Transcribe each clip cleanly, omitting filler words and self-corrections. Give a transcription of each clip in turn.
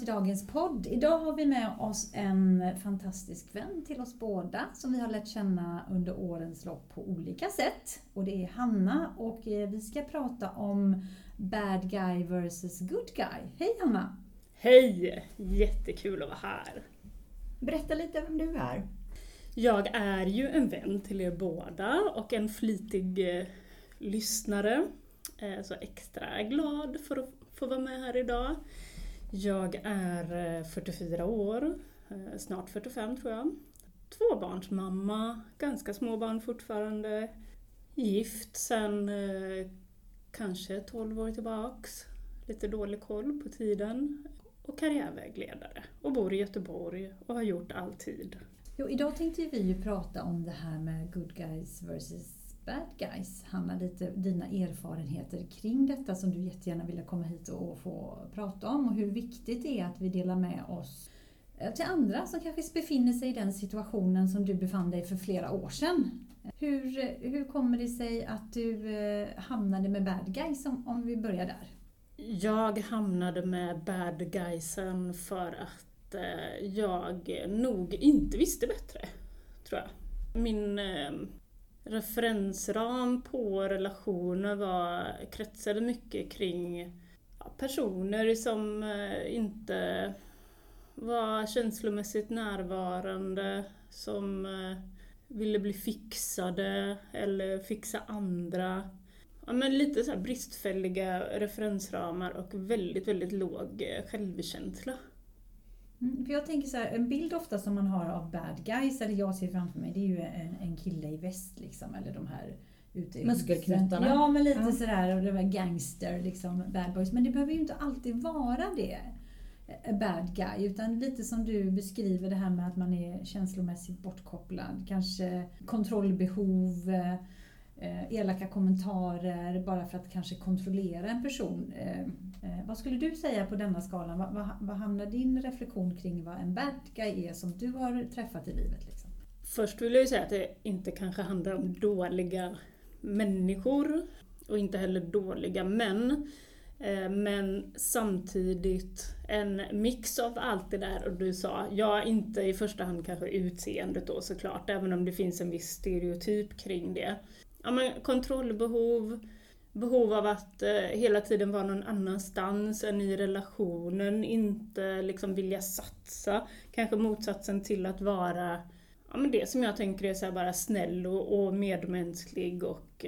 till dagens podd. Idag har vi med oss en fantastisk vän till oss båda som vi har lärt känna under årens lopp på olika sätt. Och det är Hanna och vi ska prata om bad guy versus good guy. Hej Hanna! Hej! Jättekul att vara här. Berätta lite vem du är. Jag är ju en vän till er båda och en flitig lyssnare. Så extra glad för att få vara med här idag. Jag är 44 år, snart 45 tror jag. Tvåbarnsmamma, ganska små barn fortfarande. Gift sen kanske 12 år tillbaks. Lite dålig koll på tiden. Och karriärvägledare. Och bor i Göteborg och har gjort alltid. Jo, idag tänkte vi ju prata om det här med good guys versus bad guys. Hanna, lite dina erfarenheter kring detta som du jättegärna vill komma hit och få prata om. Och hur viktigt det är att vi delar med oss till andra som kanske befinner sig i den situationen som du befann dig för flera år sedan. Hur kommer det sig att du hamnade med bad guys om vi börjar där? Jag hamnade med bad guysen för att jag nog inte visste bättre, tror jag. Min referensram på relationer kretsade mycket kring personer som inte var känslomässigt närvarande, som ville bli fixade eller fixa andra. Ja, men lite så här bristfälliga referensramar och väldigt, väldigt låg självkänsla. För jag tänker så här, en bild ofta som man har av bad guys, eller jag ser framför mig, det är ju en kille i väst liksom, eller de här ute i muskelknutarna. Ja, men lite sådär, och det var gangster liksom, bad boys. Men det behöver ju inte alltid vara det, bad guy, utan lite som du beskriver det här med att man är känslomässigt bortkopplad, kanske kontrollbehov, elaka kommentarer bara för att kanske kontrollera en person. Vad skulle du säga på denna skalan? Vad hamnar din reflektion kring vad en bad guy är som du har träffat i livet? Liksom? Först vill jag ju säga att det inte kanske handlar om dåliga människor och inte heller dåliga män. Men samtidigt en mix av allt det där, och du sa, ja, inte i första hand kanske utseendet då såklart, även om det finns en viss stereotyp kring det. Ja, men kontrollbehov, behov av att hela tiden vara någon annanstans än i relationen, inte liksom vilja satsa, kanske motsatsen till att vara, ja, men det som jag tänker är så här bara snäll och medmänsklig och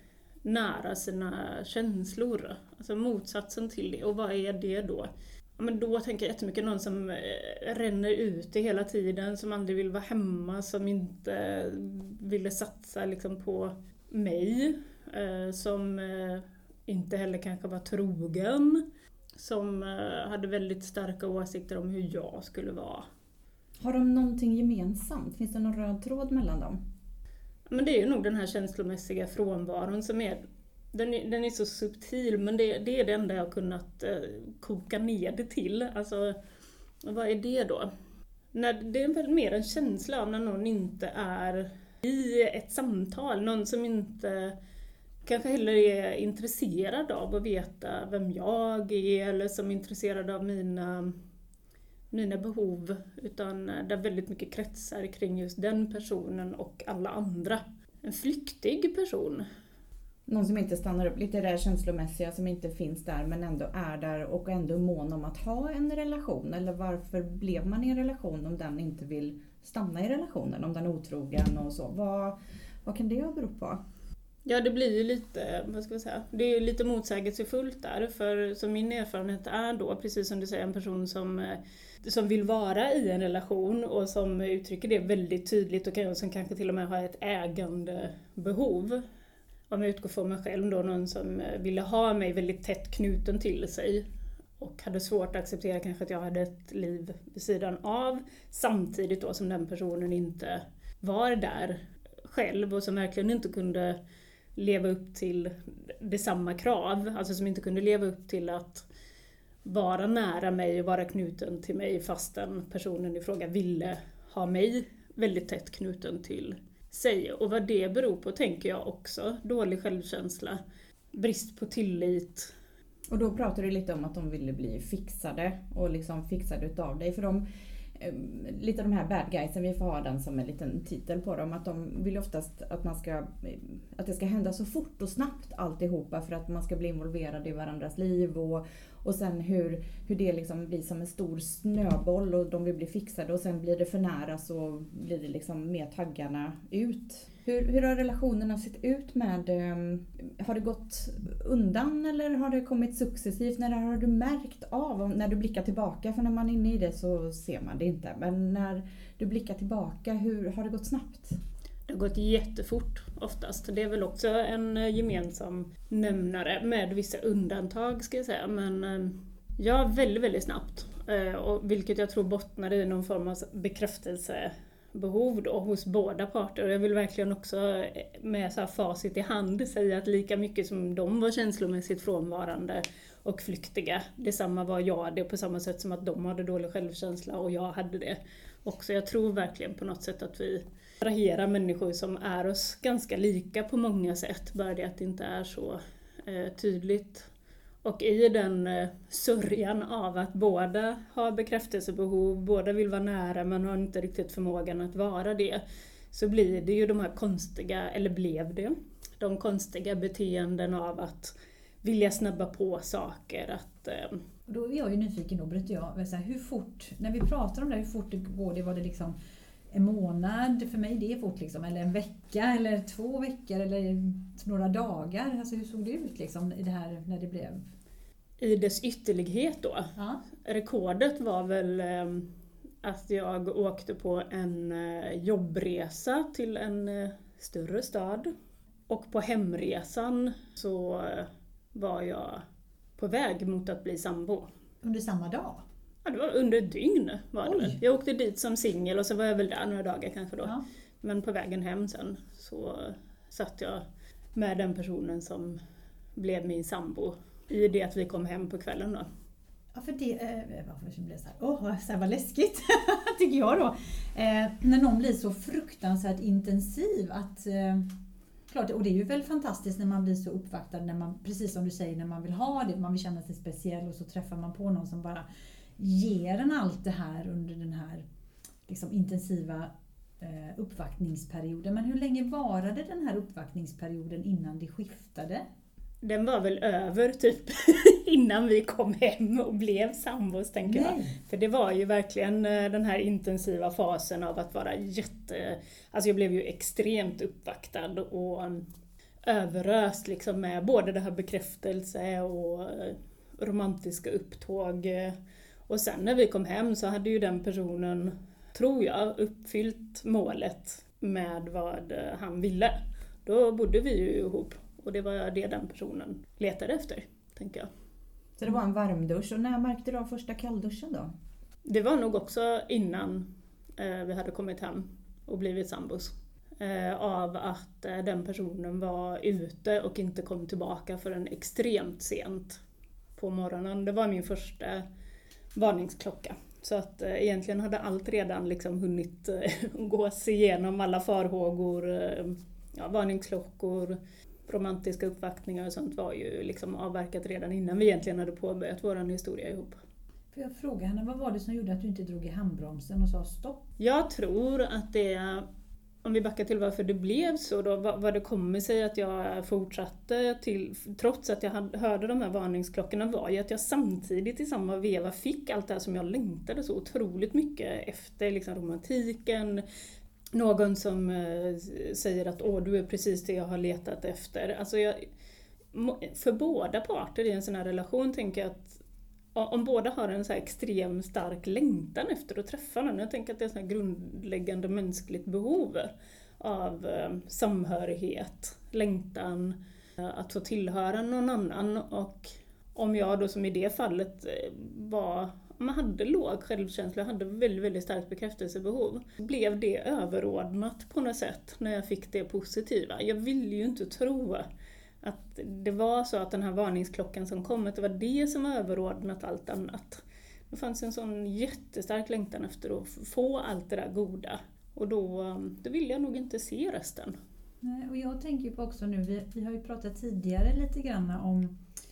nära sina känslor. Alltså motsatsen till det. Och vad är det då? Ja, men då tänker jag jättemycket någon som ränner ut det hela tiden, som aldrig vill vara hemma, som inte ville satsa liksom på mig, som inte heller kanske var trogen, som hade väldigt starka åsikter om hur jag skulle vara. Har de någonting gemensamt? Finns det någon röd tråd mellan dem? Men det är ju nog den här känslomässiga frånvaron som är, den är så subtil, men det är det enda jag har kunnat koka ner det till. Alltså, vad är det då? Det är väl mer en känsla av när någon inte är i ett samtal, någon som inte kanske heller är intresserad av att veta vem jag är, eller som är intresserad av mina behov, utan där väldigt mycket kretsar kring just den personen och alla andra. En flyktig person. Någon som inte stannar upp, lite det känslomässiga, som inte finns där men ändå är där och ändå mån om att ha en relation. Eller varför blev man i en relation om den inte vill stanna i relationen, om den är otrogen och så. Vad kan det ha berott på? Ja, det blir ju lite, vad ska jag säga, det är ju lite motsägelsefullt där, för som min erfarenhet är då, precis som du säger, en person som vill vara i en relation och som uttrycker det väldigt tydligt och som kanske till och med har ett ägande behov. Om jag utgår från mig själv då, någon som ville ha mig väldigt tätt knuten till sig och hade svårt att acceptera kanske att jag hade ett liv vid sidan av, samtidigt då som den personen inte var där själv och som verkligen inte kunde leva upp till detsamma krav, alltså som inte kunde leva upp till att vara nära mig och vara knuten till mig fastän personen i fråga ville ha mig väldigt tätt knuten till sig. Och vad det beror på tänker jag också, dålig självkänsla, brist på tillit. Och då pratar du lite om att de ville bli fixade och liksom fixade utav dig. För lite av de här bad guysen, vi får ha den som en liten titel på dem, att de vill oftast att det ska hända så fort och snabbt alltihopa för att man ska bli involverad i varandras liv och sen hur det liksom blir som en stor snöboll och de vill bli fixade och sen blir det för nära så blir det liksom med taggarna ut. Hur har relationerna sett ut har det gått undan eller har det kommit successivt? När har du märkt av, när du blickar tillbaka, för när man är inne i det så ser man det inte, men när du blickar tillbaka, hur har det gått snabbt? Det har gått jättefort oftast. Det är väl också en gemensam nämnare med vissa undantag ska jag säga, men ja, väldigt, väldigt snabbt. Och vilket jag tror bottnar i någon form av bekräftelsebehov då, hos båda parter. Och jag vill verkligen också med så här facit i hand säga att lika mycket som de var känslomässigt frånvarande och flyktiga, detsamma var jag det, på samma sätt som att de hade dålig självkänsla och jag hade det också. Jag tror verkligen på något sätt att vi attraherar människor som är oss ganska lika på många sätt, bara det att det inte är så tydligt. Och i den sörjan av att båda har bekräftelsebehov, båda vill vara nära men har inte riktigt förmågan att vara det, så blir det ju de här de konstiga beteenden av att vilja snabba på saker. Då är jag ju nyfiken, då berättar jag, hur fort, när vi pratar om det, hur fort det går, var det liksom en månad, för mig det är fort liksom, eller en vecka, eller 2 veckor, eller några dagar, alltså hur såg det ut liksom i det här när det blev? I dess ytterlighet då. Ja. Rekordet var väl att jag åkte på en jobbresa till en större stad. Och på hemresan så var jag på väg mot att bli sambo. Under samma dag? Ja, det var under ett dygn var det. Oj. Jag åkte dit som singel och så var jag väl där några dagar kanske då. Ja. Men på vägen hem sen så satt jag med den personen som blev min sambo i det att vi kom hem på kvällen då. Ja, för det, varför blev så här vad läskigt, tycker jag då. När någon blir så fruktansvärt intensiv att, klart, och det är ju väl fantastiskt när man blir så uppvaktad, när man, precis som du säger, när man vill ha det, man vill känna sig speciell och så träffar man på någon som bara ger en allt det här under den här liksom intensiva uppvaktningsperioden. Men hur länge varade den här uppvaktningsperioden innan det skiftade? Den var väl över typ innan vi kom hem och blev sambos, tänker jag. För det var ju verkligen den här intensiva fasen av att vara alltså jag blev ju extremt uppvaktad och överöst liksom med både det här bekräftelse och romantiska upptåg. Och sen när vi kom hem så hade ju den personen, tror jag, uppfyllt målet med vad han ville. Då bodde vi ju ihop. Och det var det den personen letade efter, tänker jag. Så det var en varmdusch. Och när märkte du av första kallduschen då? Det var nog också innan vi hade kommit hem och blivit sambos. Av att den personen var ute och inte kom tillbaka förrän extremt sent på morgonen. Det var min första varningsklocka. Så att egentligen hade allt redan liksom hunnit gås igenom, alla farhågor, varningsklockor, romantiska uppvaktningar och sånt var ju liksom avverkat redan innan vi egentligen hade påbörjat vår historia ihop. Får jag fråga henne, vad var det som gjorde att du inte drog i handbromsen och sa stopp? Jag tror att det, om vi backar till varför det blev så då, vad det kommer sig att jag fortsatte till, trots att jag hörde de här varningsklockorna, var ju att jag samtidigt i samma veva fick allt det här som jag längtade så otroligt mycket efter, liksom romantiken. Någon som säger att du är precis det jag har letat efter. Alltså för båda parter i en sån här relation tänker jag att om båda har en så här extrem stark längtan efter att träffa någon. Jag tänker att det är ett sån här grundläggande mänskligt behov av samhörighet, längtan, att få tillhöra någon annan. Och om jag då som i det fallet man hade låg självkänsla, hade väldigt, väldigt starkt bekräftelsebehov. Blev det överordnat på något sätt när jag fick det positiva? Jag ville ju inte tro att det var så att den här varningsklockan som kom, att det var det som var överordnat allt annat. Det fanns en sån jättestark längtan efter att få allt det där goda. Och då ville jag nog inte se resten. Nej, och jag tänker på också nu, vi har ju pratat tidigare lite grann om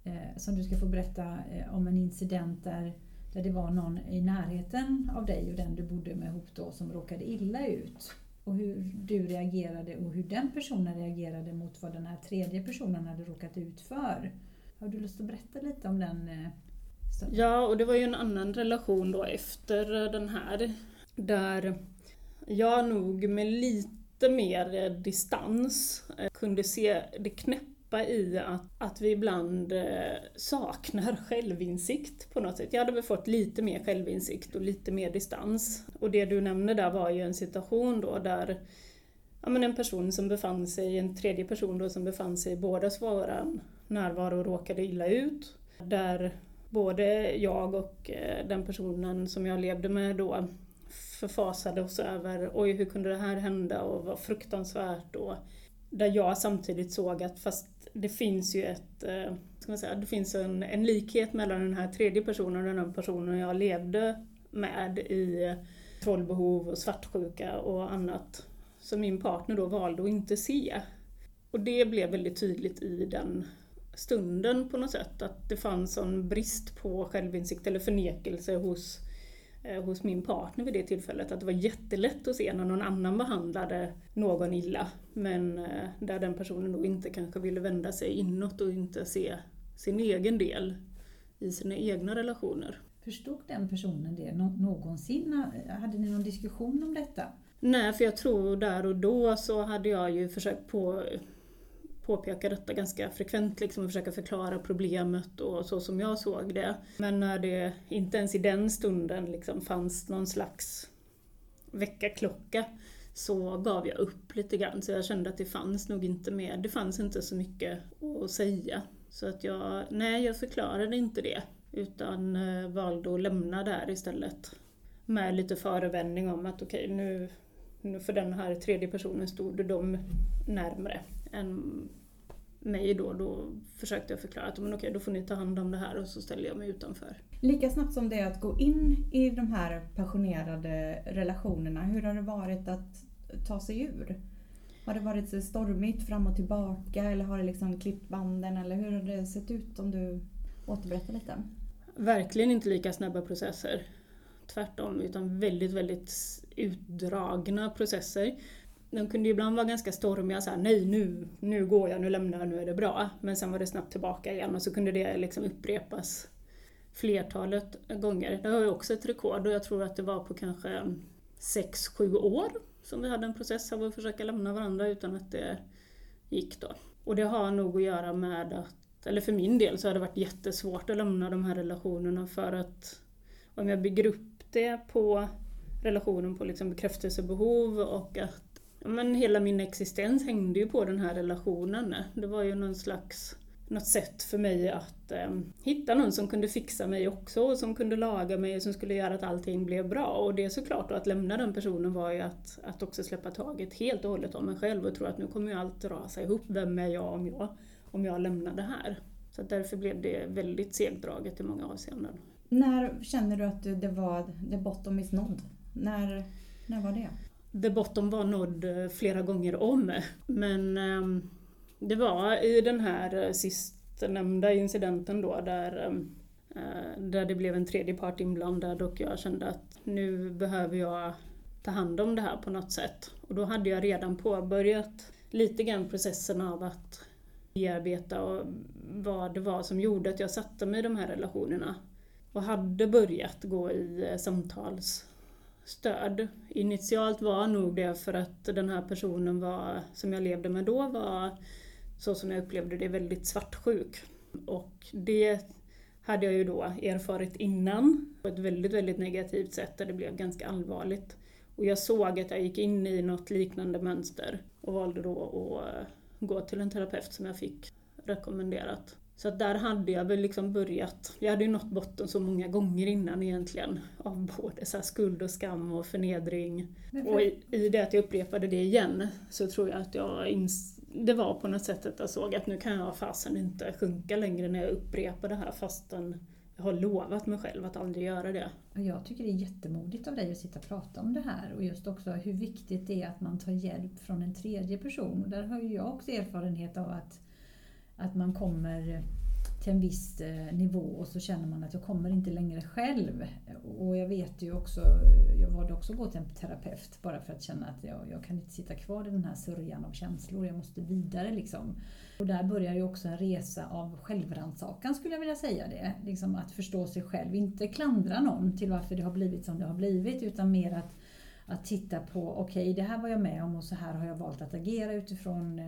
som du ska få berätta om en incident där det var någon i närheten av dig och den du bodde med ihop då som råkade illa ut. Och hur du reagerade och hur den personen reagerade mot vad den här tredje personen hade råkat ut för. Har du lust att berätta lite om den stunden? Ja, och det var ju en annan relation då efter den här. Där jag nog med lite mer distans kunde se det knäppa i att vi ibland saknar självinsikt på något sätt. Jag hade väl fått lite mer självinsikt och lite mer distans. Och det du nämnde där var ju en situation då där en person som befann sig, en tredje person då som befann sig i bådas våran närvaro och råkade illa ut. Där både jag och den personen som jag levde med då förfasade oss över oj, hur kunde det här hända och var fruktansvärt. Och där jag samtidigt såg att fast det finns ju det finns en likhet mellan den här tredje personen och den personen jag levde med i trollbehov och svartsjuka och annat som min partner då valde att inte se. Och det blev väldigt tydligt i den stunden på något sätt, att det fanns en brist på självinsikt eller förnekelse hos min partner vid det tillfället. Att det var jättelätt att se när någon annan behandlade någon illa, men där den personen då inte kanske ville vända sig inåt och inte se sin egen del i sina egna relationer. Förstod den personen det någonsin? Hade ni någon diskussion om detta? Nej, för jag tror där och då så hade jag ju försökt påpeka detta ganska frekvent liksom, och försöka förklara problemet och så som jag såg det. Men när det inte ens i den stunden liksom fanns någon slags väckarklocka så gav jag upp lite grann. Så jag kände att det fanns nog inte mer, det fanns inte så mycket att säga. Så att jag förklarade inte det utan valde att lämna där istället. Med lite förevändning om att okej, nu för den här tredje personen stod de närmare än mig då försökte jag förklara att men okej, då får ni ta hand om det här och så ställer jag mig utanför. Lika snabbt som det är att gå in i de här passionerade relationerna, hur har det varit att ta sig ur? Har det varit så stormigt fram och tillbaka eller har det liksom klippt banden eller hur har det sett ut om du återberättar lite? Verkligen inte lika snabba processer. Tvärtom, utan väldigt, väldigt utdragna processer. De kunde ibland vara ganska stormiga, så här, nej nu går jag, nu lämnar jag, nu är det bra. Men sen var det snabbt tillbaka igen och så kunde det liksom upprepas flertalet gånger. Det har ju också ett rekord och jag tror att det var på kanske 6-7 år som vi hade en process av att försöka lämna varandra utan att det gick då. Och det har nog att göra med att, eller för min del så har det varit jättesvårt att lämna de här relationerna för att om jag bygger upp det på relationen på liksom bekräftelsebehov och att hela min existens hängde ju på den här relationen. Det var ju något sätt för mig att hitta någon som kunde fixa mig också och som kunde laga mig och som skulle göra att allting blev bra. Och det är såklart att lämna den personen var ju att också släppa taget helt och hållet om mig själv och tro att nu kommer ju allt rasa ihop. Vem är jag om jag lämnar det här? Så att därför blev det väldigt segdraget i många avseenden. När känner du att det var the bottom is nådd? När var det? The bottom var nådd flera gånger om. Men det var i den här sistnämnda incidenten då där det blev en tredje part inblandad och jag kände att nu behöver jag ta hand om det här på något sätt. Och då hade jag redan påbörjat lite grann processen av att bearbeta och vad det var som gjorde att jag satte mig i de här relationerna. Och hade börjat gå i samtalsstöd. Initialt var nog det för att den här personen som jag levde med då var, så som jag upplevde det, väldigt svartsjuk. Och det hade jag ju då erfarit innan på ett väldigt, väldigt negativt sätt där det blev ganska allvarligt. Och jag såg att jag gick in i något liknande mönster och valde då att gå till en terapeut som jag fick rekommenderat. Så att där hade jag väl liksom börjat, jag hade ju nått botten så många gånger innan egentligen av både så här skuld och skam och förnedring. Och i det att jag upprepade det igen så tror jag att det var på något sätt att jag såg att nu kan jag fasen inte sjunka längre när jag upprepar det här fastän jag har lovat mig själv att aldrig göra det. Jag tycker det är jättemodigt av dig att sitta och prata om det här och just också hur viktigt det är att man tar hjälp från en tredje person. Och där har ju jag också erfarenhet av att man kommer till en viss nivå och så känner man att jag kommer inte längre själv. Och jag vet ju också, jag valde också gå till en terapeut bara för att känna att jag kan inte sitta kvar i den här sörjan av känslor, jag måste vidare liksom. Och där börjar ju också en resa av självrannsakan, skulle jag vilja säga det. Liksom att förstå sig själv, inte klandra någon till varför det har blivit som det har blivit, utan mer att titta på, okej, det här var jag med om och så här har jag valt att agera utifrån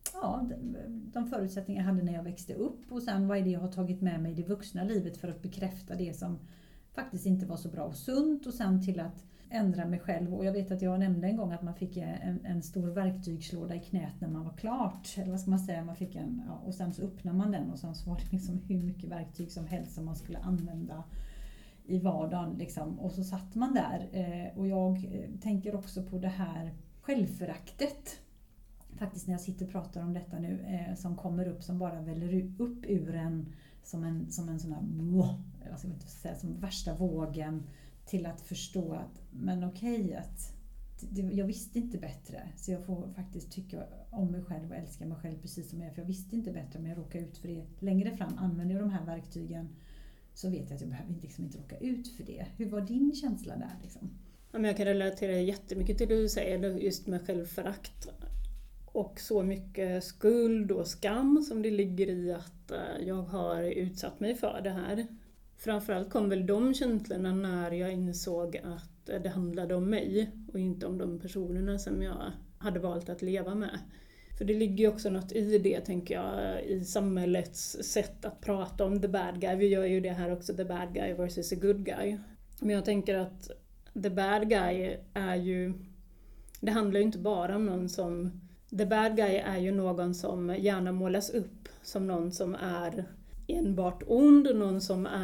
de förutsättningar jag hade när jag växte upp. Och sen vad är det jag har tagit med mig i det vuxna livet för att bekräfta det som faktiskt inte var så bra och sunt, och sen till att ändra mig själv. Och jag vet att jag nämnde en gång att man fick en stor verktygslåda i knät när man var klart. Eller vad ska man säga, man fick och sen så öppnar man den och sen så var det liksom hur mycket verktyg som helst som man skulle använda i vardagen liksom. Och så satt man där. Och jag tänker också på det här självföraktet. Faktiskt när jag sitter och pratar om detta nu, som kommer upp, som bara väller upp ur en som en sån här, jag ska inte säga som värsta vågen, till att förstå att, men okej, att jag visste inte bättre, så jag får faktiskt tycka om mig själv och älska mig själv precis som jag är, för jag visste inte bättre, men jag råkar ut för det längre fram. Använder jag de här verktygen så vet jag att jag behöver liksom inte råka ut för det. Hur var din känsla där liksom? Ja, men jag kan relatera jättemycket till det du säger, just med självförakt. Och så mycket skuld och skam som det ligger i att jag har utsatt mig för det här. Framförallt kom väl de känslorna när jag insåg att det handlade om mig och inte om de personerna som jag hade valt att leva med. För det ligger ju också något i det, tänker jag, i samhällets sätt att prata om the bad guy. Vi gör ju det här också, the bad guy versus a good guy. Men jag tänker att the bad guy är ju, det handlar ju inte bara om någon som, the bad guy är ju någon som gärna målas upp som någon som är enbart ond, någon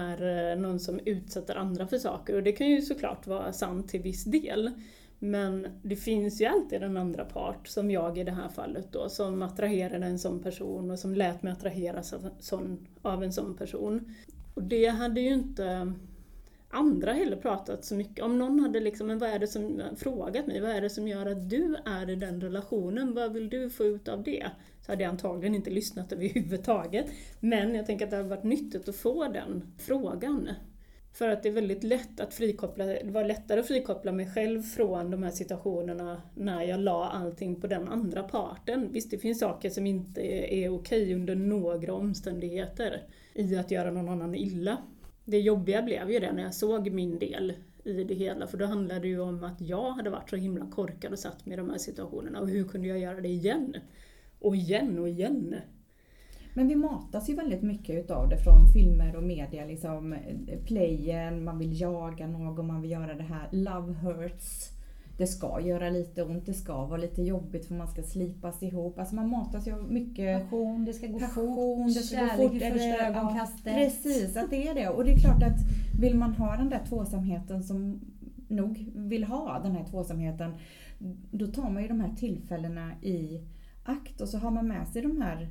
som utsätter andra för saker. Och det kan ju såklart vara sant till viss del. Men det finns ju alltid en andra part, som jag i det här fallet då, som attraherade en sån person och som lät mig attraheras av en sån person. Och det hade ju inte andra heller pratat så mycket om. Någon hade liksom, men vad är det som, frågat mig, vad är det som gör att du är i den relationen? Vad vill du få ut av det? Så hade jag antagligen inte lyssnat överhuvudtaget. Men jag tänker att det har varit nyttigt att få den frågan. För att det är väldigt lätt att det var lättare att frikoppla mig själv från de här situationerna när jag la allting på den andra parten. Visst, det finns saker som inte är okej under några omständigheter i att göra någon annan illa. Det jobbiga blev ju det när jag såg min del i det hela. För då handlade det ju om att jag hade varit så himla korkad och satt med de här situationerna. Och hur kunde jag göra det igen? Och igen och igen. Men vi matas ju väldigt mycket utav det från filmer och media. Liksom playen, man vill jaga någon, man vill göra det här. Love hurts. Det ska göra lite ont, det ska vara lite jobbigt för man ska slipas ihop. Alltså man matas ju mycket. Passion, det ska gå fort. Det ska kärlek gå fort. i första ögonkastet. Ja, precis, att det är det. Och det är klart att vill man ha den där tvåsamheten, som nog vill ha den här tvåsamheten, då tar man ju de här tillfällena i akt. Och så har man med sig de här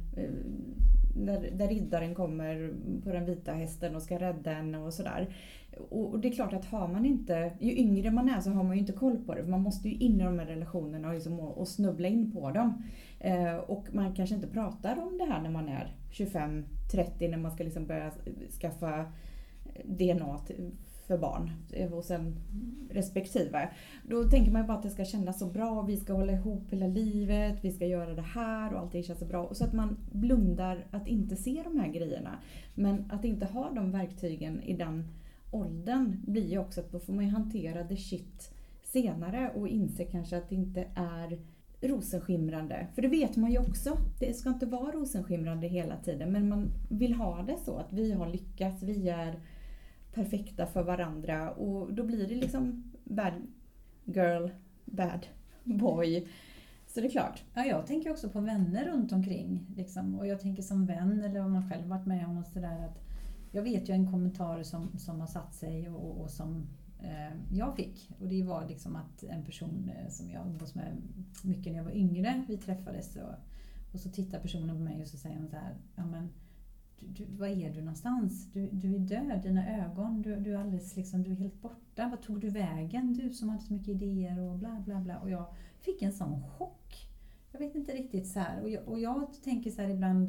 där riddaren kommer på den vita hästen och ska rädda en och sådär. Och det är klart att har man inte, ju yngre man är så har man ju inte koll på det. För man måste ju in i de här relationerna och, liksom, och snubbla in på dem. Och man kanske inte pratar om det här när man är 25-30, när man ska liksom börja skaffa DNA för barn hos en respektive. Då tänker man ju bara att det ska kännas så bra, vi ska hålla ihop hela livet, vi ska göra det här och allting känns så bra. Och så att man blundar att inte se de här grejerna. Men att inte ha de verktygen i den åldern blir ju också att då får man ju hantera the shit senare och inse kanske att det inte är rosenskimrande. För det vet man ju också, det ska inte vara rosenskimrande hela tiden, men man vill ha det så att vi har lyckats, vi är perfekta för varandra, och då blir det liksom bad girl, bad boy. Så det är klart. Ja, jag tänker också på vänner runt omkring. Liksom. Och jag tänker som vän, eller om man själv varit med om något sådär, att jag vet ju en kommentar som har satt sig och som jag fick. Och det var liksom att en person som jag umgås med mycket när jag var yngre, vi träffades och så tittar personen på mig och så säger hon så här: ja men var är du någonstans? Du är död, dina ögon, du är alldeles liksom, du är helt borta. Vad tog du vägen? Du som hade så mycket idéer och bla bla bla. Och jag fick en sån chock. Jag vet inte riktigt så här. Och jag tänker så här ibland,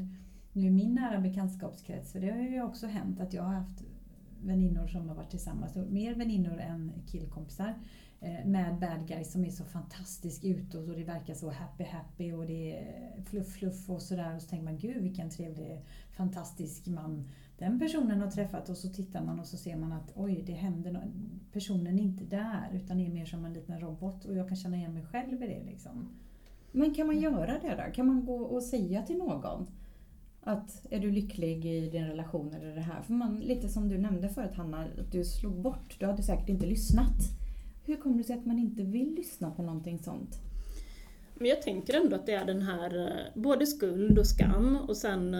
nu i min nära bekantskapskrets, för det har ju också hänt att jag har haft väninnor som har varit tillsammans, mer väninnor än killkompisar, med bad guys som är så fantastisk utåt och det verkar så happy och det är fluff och sådär, och så tänker man, gud vilken trevlig fantastisk man den personen har träffat, och så tittar man och så ser man att oj, det händer något. Personen är inte där utan är mer som en liten robot, och jag kan känna igen mig själv i det liksom. Men kan man göra det då? Kan man gå och säga till någon att är du lycklig i din relation eller det här? För man, lite som du nämnde förut Hanna, att du slog bort, du hade säkert inte lyssnat. Hur kommer det sig att man inte vill lyssna på någonting sånt? Men jag tänker ändå att det är den här både skuld och skam, och sen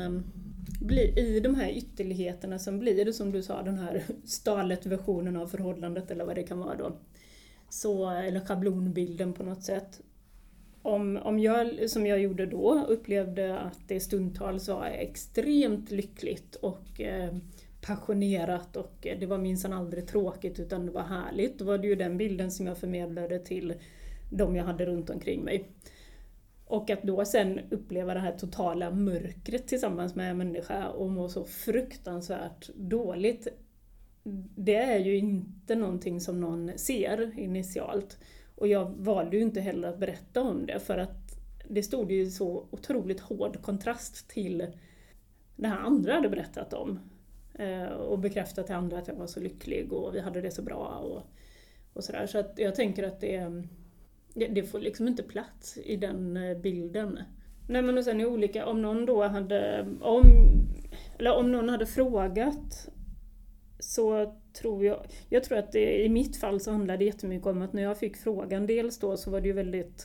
i de här ytterligheterna som blir det, som du sa, den här stalet-versionen av förhållandet eller vad det kan vara då. Så, eller schablonbilden på något sätt. Om jag, som jag gjorde då, upplevde att det stundtals var extremt lyckligt och passionerat, och det var minsann aldrig tråkigt utan det var härligt. Då var det ju den bilden som jag förmedlade till de jag hade runt omkring mig. Och att då sen uppleva det här totala mörkret tillsammans med en människa och må så fruktansvärt dåligt, det är ju inte någonting som någon ser initialt. Och jag valde ju inte heller att berätta om det, för att det stod ju så otroligt hård kontrast till det här andra hade berättat om. Och bekräftat till andra att jag var så lycklig och vi hade det så bra och sådär. Så att jag tänker att det får liksom inte plats i den bilden. Nej, men och sen är olika, om någon då hade, om någon hade frågat, så tror jag tror att det, i mitt fall så handlade det jättemycket om att när jag fick frågan dels då, så var det ju väldigt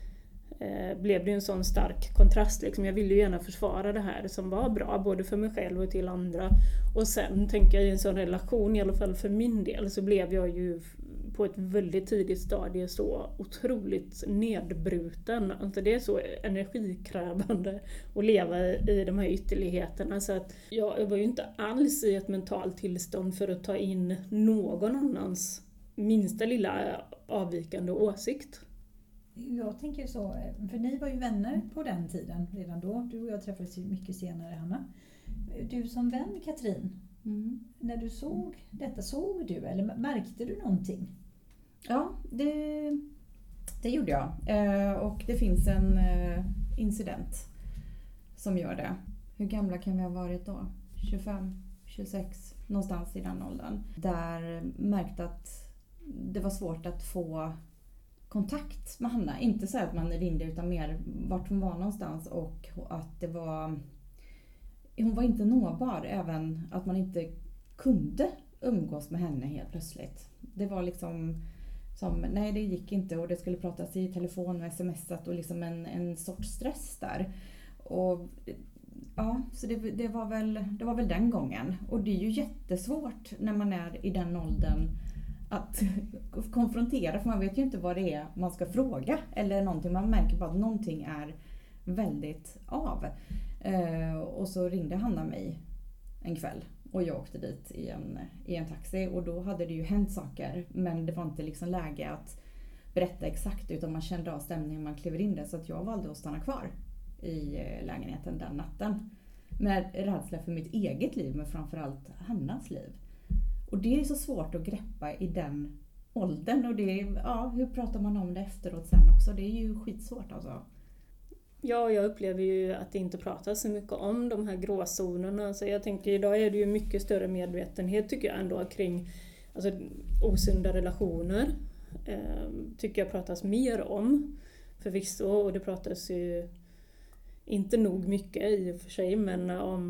blev det en sån stark kontrast liksom. Jag ville ju gärna försvara det här som var bra både för mig själv och till andra, och sen tänker jag i en sån relation, i alla fall för min del, så blev jag ju på ett väldigt tidigt stadie så otroligt nedbruten. Alltså det är så energikrävande att leva i de här ytterligheterna, så att jag var ju inte alls i ett mentalt tillstånd för att ta in någon annans minsta lilla avvikande åsikt. Jag tänker så, för ni var ju vänner på den tiden redan då. Du och jag träffades mycket senare, Hanna. Du som vän, Katrin, när du såg detta, såg du eller märkte du någonting? Ja, det gjorde jag. Och det finns en incident som gör det. Hur gamla kan vi ha varit då? 25, 26, någonstans i den åldern. Där märkte att det var svårt att få kontakt med Hanna. Inte så att man ringde, utan mer vart hon var någonstans, och att det var, hon var inte nåbar, även att man inte kunde umgås med henne helt plötsligt. Det var liksom som, nej det gick inte, och det skulle pratas i telefon och smsat och liksom en sorts stress där. Och ja, så det var väl den gången. Och det är ju jättesvårt när man är i den åldern att konfrontera, för man vet ju inte vad det är man ska fråga eller någonting. Man märker bara att någonting är väldigt av. Och så ringde Hanna mig en kväll och jag åkte dit i en taxi, och då hade det ju hänt saker, men det var inte liksom läge att berätta exakt, utan man kände av stämningen man kliver in där, så att jag valde att stanna kvar i lägenheten den natten med rädsla för mitt eget liv, men framförallt Hannas liv. Och det är så svårt att greppa i den åldern, och hur pratar man om det efteråt sen också? Det är ju skitsvårt alltså. Ja, jag upplever ju att det inte pratas så mycket om de här gråzonerna. Så jag tänker, idag är det ju mycket större medvetenhet tycker jag ändå kring alltså, osunda relationer. Tycker jag pratas mer om förvisso, och det pratas ju inte nog mycket i och för sig, men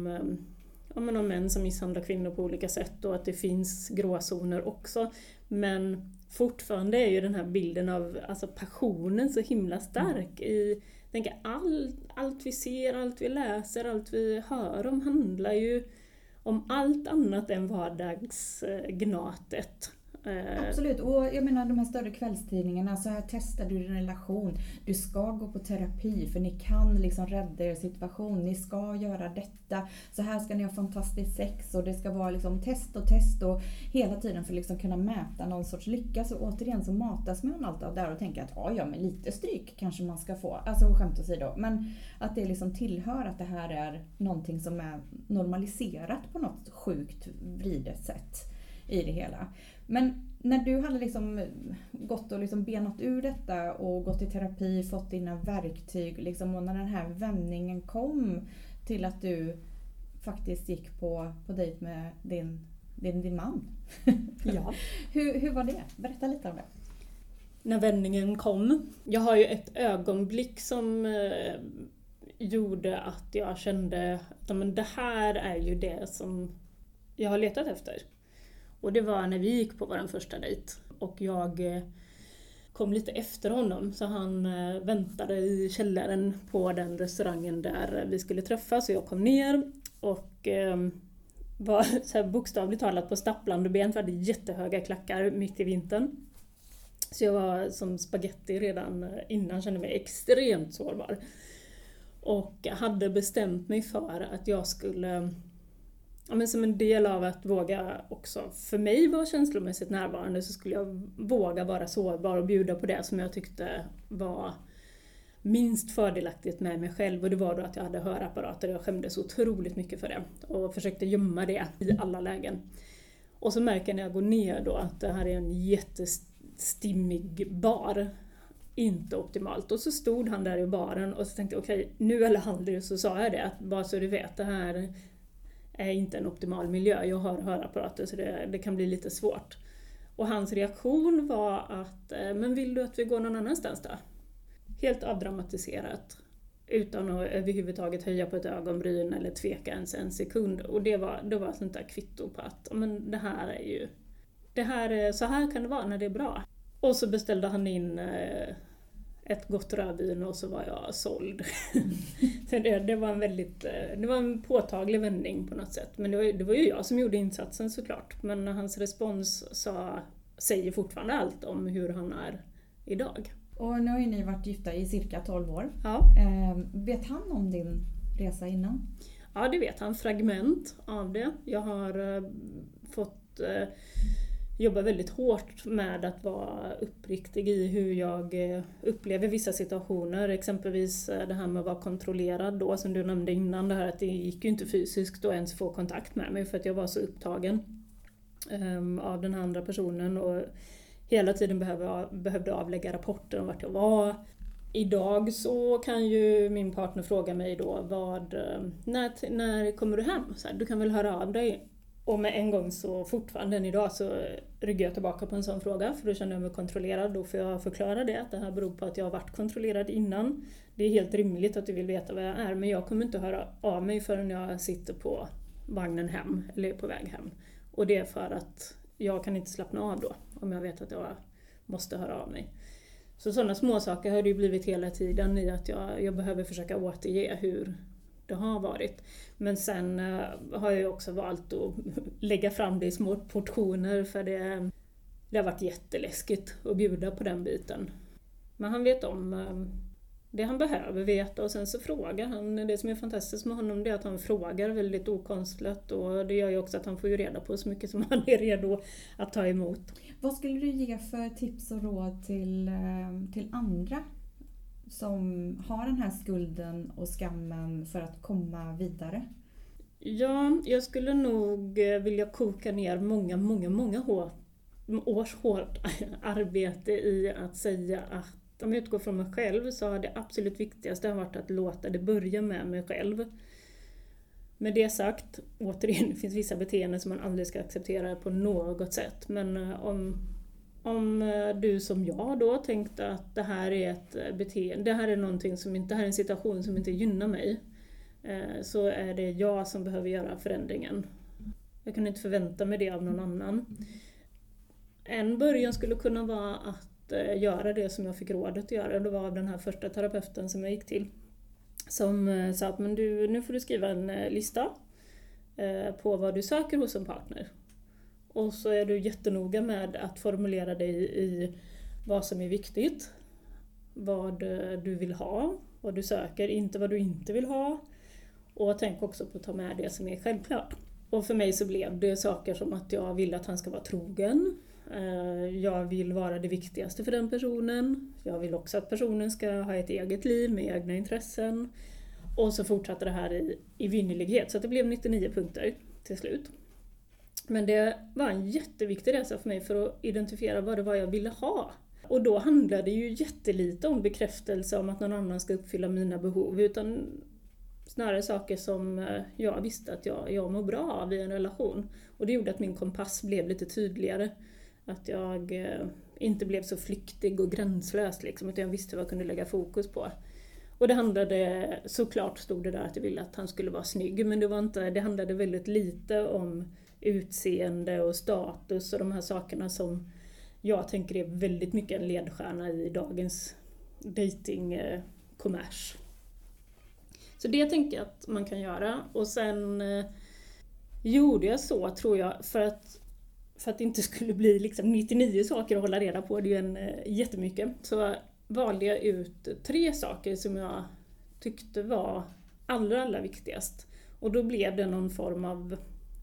om män som misshandlar kvinnor på olika sätt, och att det finns gråzoner också. Men fortfarande är ju den här bilden av alltså passionen så himla stark i tänker, allt vi ser, allt vi läser, allt vi hör om handlar ju om allt annat än vardagsgnatet. Absolut, och jag menar de här större kvällstidningarna, så här testar du din relation. Du ska gå på terapi för ni kan liksom rädda er situation. Ni ska göra detta. Så här ska ni ha fantastiskt sex och det ska vara liksom test och hela tiden för att liksom kunna mäta någon sorts lycka. Så återigen så matas man allt av där och tänker att ja, men lite stryk kanske man ska få. Alltså skämt åsido. Men att det liksom tillhör att det här är någonting som är normaliserat på något sjukt vridet sätt i det hela. Men när du hade liksom gått och liksom benat ur detta och gått i terapi, fått dina verktyg liksom, och när den här vändningen kom till att du faktiskt gick på dejt med din man. Ja. Hur var det? Berätta lite om det. När vändningen kom. Jag har ju ett ögonblick som gjorde att jag kände att men det här är ju det som jag har letat efter. Och det var när vi gick på vår första dejt. Och jag kom lite efter honom. Så han väntade i källaren på den restaurangen där vi skulle träffas. Så jag kom ner och var så här bokstavligt talat på stapplande ben. För jag hade jättehöga klackar mitt i vintern. Så jag var som spaghetti redan innan, kände mig extremt sårbar. Och hade bestämt mig för att jag skulle, ja, men som en del av att våga också för mig vara känslomässigt närvarande, så skulle jag våga vara sårbar och bjuda på det som jag tyckte var minst fördelaktigt med mig själv. Och det var då att jag hade hörapparater och jag skämdes otroligt mycket för det. Och försökte gömma det i alla lägen. Och så märker jag när jag går ner då att det här är en jättestimmig bar. Inte optimalt. Och så stod han där i baren och så tänkte jag okej, nu eller aldrig, så sa jag det. Att bara så du vet, det här är inte en optimal miljö. Jag har hörapparater så det kan bli lite svårt. Och hans reaktion var att, men vill du att vi går någon annanstans då? Helt avdramatiserat. Utan att överhuvudtaget höja på ett ögonbryn eller tveka ens en sekund. Och det var ett sånt där kvitto på att men det här är ju, så här kan det vara när det är bra. Och så beställde han in ett gott rödvin och så var jag såld. Så det var en påtaglig vändning på något sätt. Men det var ju jag som gjorde insatsen såklart. Men hans respons säger fortfarande allt om hur han är idag. Och nu har ju ni varit gifta i cirka 12 år. Ja. Vet han om din resa innan? Ja, det vet han. Fragment av det. Jag har fått jobba väldigt hårt med att vara uppriktig i hur jag upplever vissa situationer. Exempelvis det här med att vara kontrollerad då, som du nämnde innan. Det här att det gick ju inte fysiskt att ens få kontakt med mig för att jag var så upptagen av den andra personen. Och hela tiden behövde avlägga rapporter om vart jag var. Idag så kan ju min partner fråga mig då, när kommer du hem? Så här, du kan väl höra av dig. Och med en gång så fortfarande än idag så ryggar jag tillbaka på en sån fråga. För då känner jag mig kontrollerad. Då får jag förklara det. Att det här beror på att jag har varit kontrollerad innan. Det är helt rimligt att du vill veta vad jag är. Men jag kommer inte höra av mig förrän jag sitter på vagnen hem. Eller är på väg hem. Och det är för att jag kan inte slappna av då. Om jag vet att jag måste höra av mig. Så sådana små saker har det ju blivit hela tiden. I att jag behöver försöka återge hur det har varit. Men sen har jag också valt att lägga fram det i små portioner. För det har varit jätteläskigt att bjuda på den biten. Men han vet om det han behöver veta. Och sen så frågar han. Det som är fantastiskt med honom, det är att han frågar väldigt okonstlat. Och det gör ju också att han får ju reda på så mycket som han är redo att ta emot. Vad skulle du ge för tips och råd till andra som har den här skulden och skammen för att komma vidare? Ja, jag skulle nog vilja koka ner många års hårt arbete i att säga att om jag utgår från mig själv så har det absolut viktigaste varit att låta det börja med mig själv. Med det sagt, återigen, det finns vissa beteenden som man aldrig ska acceptera på något sätt. Men om du som jag då tänkte att det här är ett beteende, det här är någonting som inte, det här är en situation som inte gynnar mig, så är det jag som behöver göra förändringen. Jag kan inte förvänta mig det av någon annan. En början skulle kunna vara att göra det som jag fick rådet att göra. Det var av den här första terapeuten som jag gick till. Som sa att men nu får du skriva en lista på vad du söker hos en partner. Och så är du jättenoga med att formulera dig i vad som är viktigt. Vad du vill ha, vad du söker, inte vad du inte vill ha. Och tänk också på att ta med det som är självklart. Och för mig så blev det saker som att jag vill att han ska vara trogen. Jag vill vara det viktigaste för den personen. Jag vill också att personen ska ha ett eget liv med egna intressen. Och så fortsatte det här i vinnerlighet. Så det blev 99 punkter till slut. Men det var en jätteviktig resa för mig för att identifiera vad det var jag ville ha. Och då handlade det ju jättelite om bekräftelse om att någon annan ska uppfylla mina behov. Utan snarare saker som jag visste att jag mår bra av i en relation. Och det gjorde att min kompass blev lite tydligare. Att jag inte blev så flyktig och gränslös liksom, utan jag visste vad jag kunde lägga fokus på. Och det handlade, såklart stod det där att jag ville att han skulle vara snygg, men det handlade väldigt lite om utseende och status och de här sakerna som jag tänker är väldigt mycket en ledstjärna i dagens dating-kommers. Så det tänker jag att man kan göra. Och sen gjorde jag så, tror jag, för att det inte skulle bli liksom 99 saker att hålla reda på, det är ju jättemycket. Så valde jag ut 3 saker som jag tyckte var allra viktigast. Och då blev det någon form av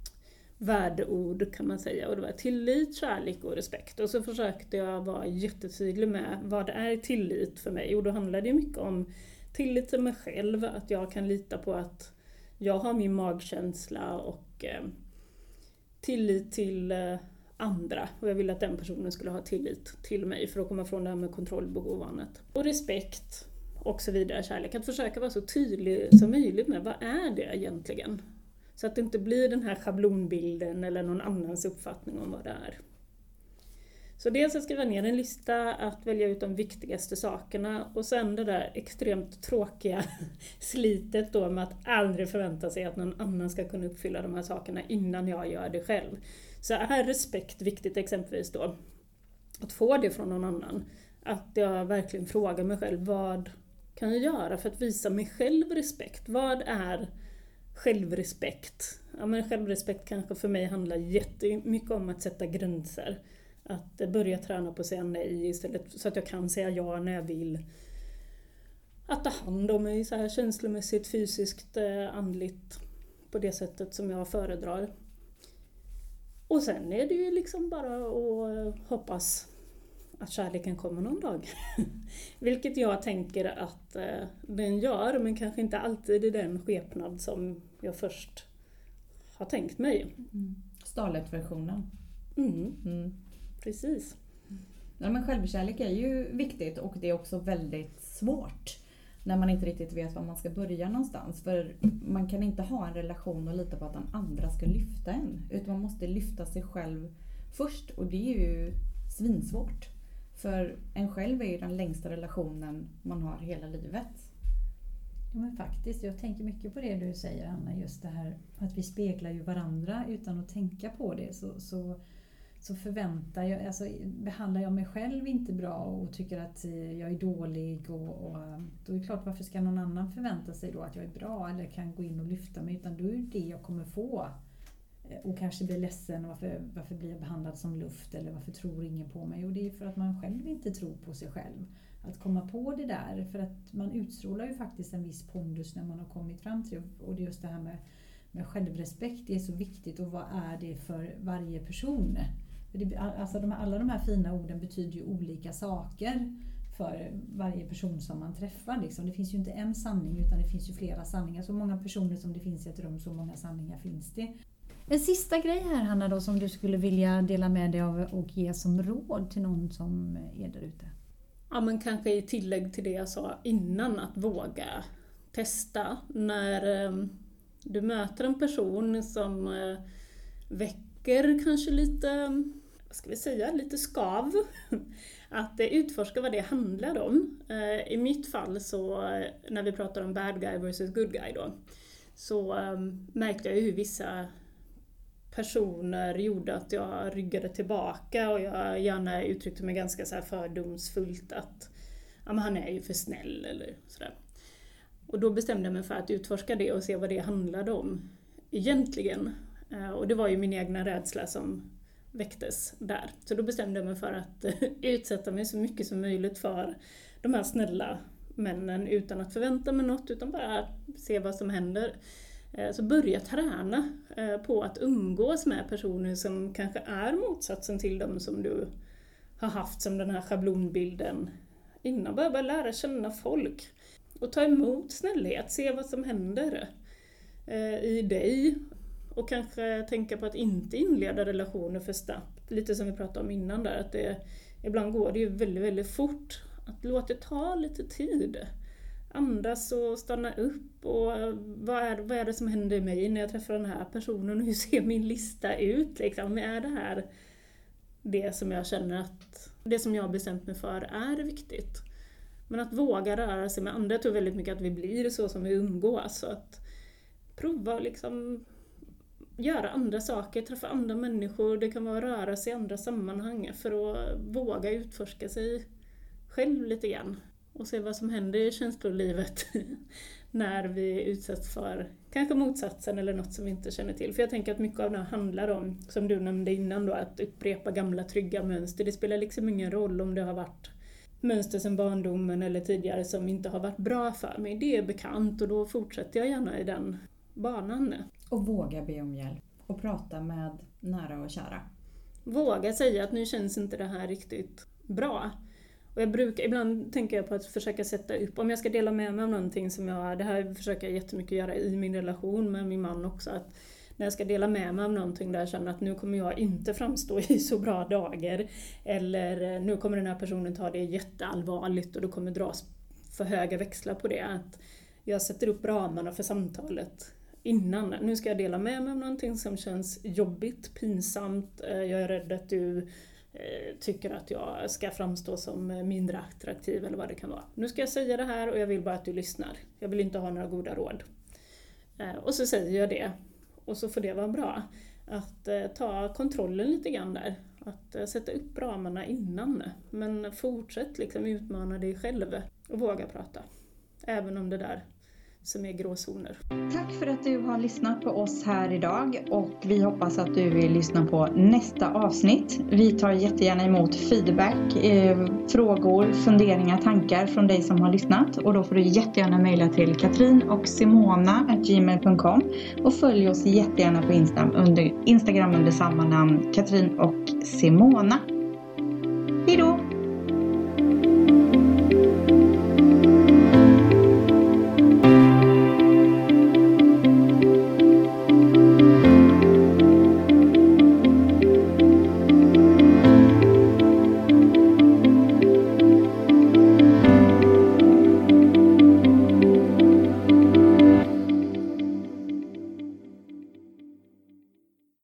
värdeord kan man säga. Och det var tillit, kärlek och respekt. Och så försökte jag vara jättetydlig med vad det är tillit för mig. Och då handlade det mycket om tillit till mig själv. Att jag kan lita på att jag har min magkänsla och tillit till andra. Och jag ville att den personen skulle ha tillit till mig för att komma från det här med kontrollbehov och annat. Och respekt och så vidare, kärlek. Att försöka vara så tydlig som möjligt med vad är det egentligen. Så att det inte blir den här schablonbilden eller någon annans uppfattning om vad det är. Så dels att skriva ner en lista, att välja ut de viktigaste sakerna och sen det där extremt tråkiga slitet då med att aldrig förvänta sig att någon annan ska kunna uppfylla de här sakerna innan jag gör det själv. Så är respekt viktigt exempelvis då, att få det från någon annan. Att jag verkligen frågar mig själv, vad kan jag göra för att visa mig själv respekt? Vad är självrespekt? Ja, men självrespekt kanske för mig handlar jättemycket om att sätta gränser. Att börja träna på att säga nej istället så att jag kan säga ja när jag vill. Att ta hand om mig så här känslomässigt, fysiskt, andligt på det sättet som jag föredrar. Och sen är det ju liksom bara att hoppas att kärleken kommer någon dag. Vilket jag tänker att den gör, men kanske inte alltid i den skepnad som jag först har tänkt mig. Starlet-versionen. Precis. Ja, men självkärlek är ju viktigt och det är också väldigt svårt när man inte riktigt vet var man ska börja någonstans. För man kan inte ha en relation och lita på att den andra ska lyfta en. Utan man måste lyfta sig själv först och det är ju svinsvårt. För en själv är ju den längsta relationen man har hela livet. Ja, men faktiskt, jag tänker mycket på det du säger, Anna, just det här att vi speglar ju varandra utan att tänka på det. Så behandlar jag mig själv inte bra och tycker att jag är dålig och då är det klart, varför ska någon annan förvänta sig då att jag är bra eller kan gå in och lyfta mig, utan då är det jag kommer få. Och kanske blir ledsen, varför blir jag behandlad som luft eller varför tror ingen på mig? Och det är för att man själv inte tror på sig själv. Att komma på det där, för att man utstrålar ju faktiskt en viss pondus när man har kommit fram till det. Och det är just det här med självrespekt, det är så viktigt, och vad är det för varje person? För alla de här fina orden betyder ju olika saker för varje person som man träffar. Liksom. Det finns ju inte en sanning utan det finns ju flera sanningar. Så många personer som det finns i ett rum, så många sanningar finns det. En sista grej här, Hanna, då, som du skulle vilja dela med dig av och ge som råd till någon som är där ute? Ja, men kanske i tillägg till det jag sa innan, att våga testa. När du möter en person som väcker kanske lite, vad ska vi säga, lite skav. Att utforska vad det handlar om. I mitt fall så, när vi pratar om bad guy versus good guy då, så märkte jag hur vissa personer gjorde att jag ryggade tillbaka och jag gärna uttryckte mig ganska så här fördomsfullt att ja, men han är ju för snäll eller sådär. Och då bestämde jag mig för att utforska det och se vad det handlade om egentligen. Och det var ju min egna rädsla som väcktes där. Så då bestämde jag mig för att utsätta mig så mycket som möjligt för de här snälla männen utan att förvänta mig något, utan bara se vad som händer. Så börja träna på att umgås med personer som kanske är motsatsen till dem som du har haft som den här schablonbilden innan. Bara lära känna folk och ta emot snällhet, se vad som händer i dig och kanske tänka på att inte inleda relationer för snabbt. Lite som vi pratade om innan där, att ibland går det ju väldigt, väldigt fort. Att låta det ta lite tid. Andas och stanna upp och vad är det som händer i mig när jag träffar den här personen och hur ser min lista ut liksom? Är det här det som jag känner att det som jag har bestämt mig för är viktigt? Men att våga röra sig med andra, jag tror väldigt mycket att vi blir så som vi umgås. Så att prova liksom göra andra saker, träffa andra människor, det kan vara röra sig i andra sammanhang för att våga utforska sig själv lite grann. Och se vad som händer i känslolivet när vi utsätts för kanske motsatsen eller något som vi inte känner till. För jag tänker att mycket av det handlar om, som du nämnde innan då, att upprepa gamla trygga mönster. Det spelar liksom ingen roll om det har varit mönster som barndomen eller tidigare som inte har varit bra för mig. Det är bekant och då fortsätter jag gärna i den banan. Och våga be om hjälp och prata med nära och kära. Våga säga att nu känns inte det här riktigt bra. Och ibland tänker jag på att försöka sätta upp, om jag ska dela med mig av någonting som det här försöker jag jättemycket göra i min relation med min man också, att när jag ska dela med mig av någonting där jag känner att nu kommer jag inte framstå i så bra dagar, eller nu kommer den här personen ta det jätteallvarligt och då kommer dras för höga växlar på det, att jag sätter upp ramarna för samtalet innan. Nu ska jag dela med mig av någonting som känns jobbigt, pinsamt, jag är rädd att du tycker att jag ska framstå som mindre attraktiv eller vad det kan vara. Nu ska jag säga det här och jag vill bara att du lyssnar. Jag vill inte ha några goda råd. Och så säger jag det. Och så får det vara bra. Att ta kontrollen lite grann där. Att sätta upp ramarna innan. Men fortsätt liksom utmana dig själv och våga prata. Även om det där som är gråzoner. Tack för att du har lyssnat på oss här idag och vi hoppas att du vill lyssna på nästa avsnitt. Vi tar jättegärna emot feedback, frågor, funderingar, tankar från dig som har lyssnat och då får du jättegärna mejla till katrinochsimona@gmail.com och följ oss jättegärna på Instagram under samma namn, Katrin och Simona.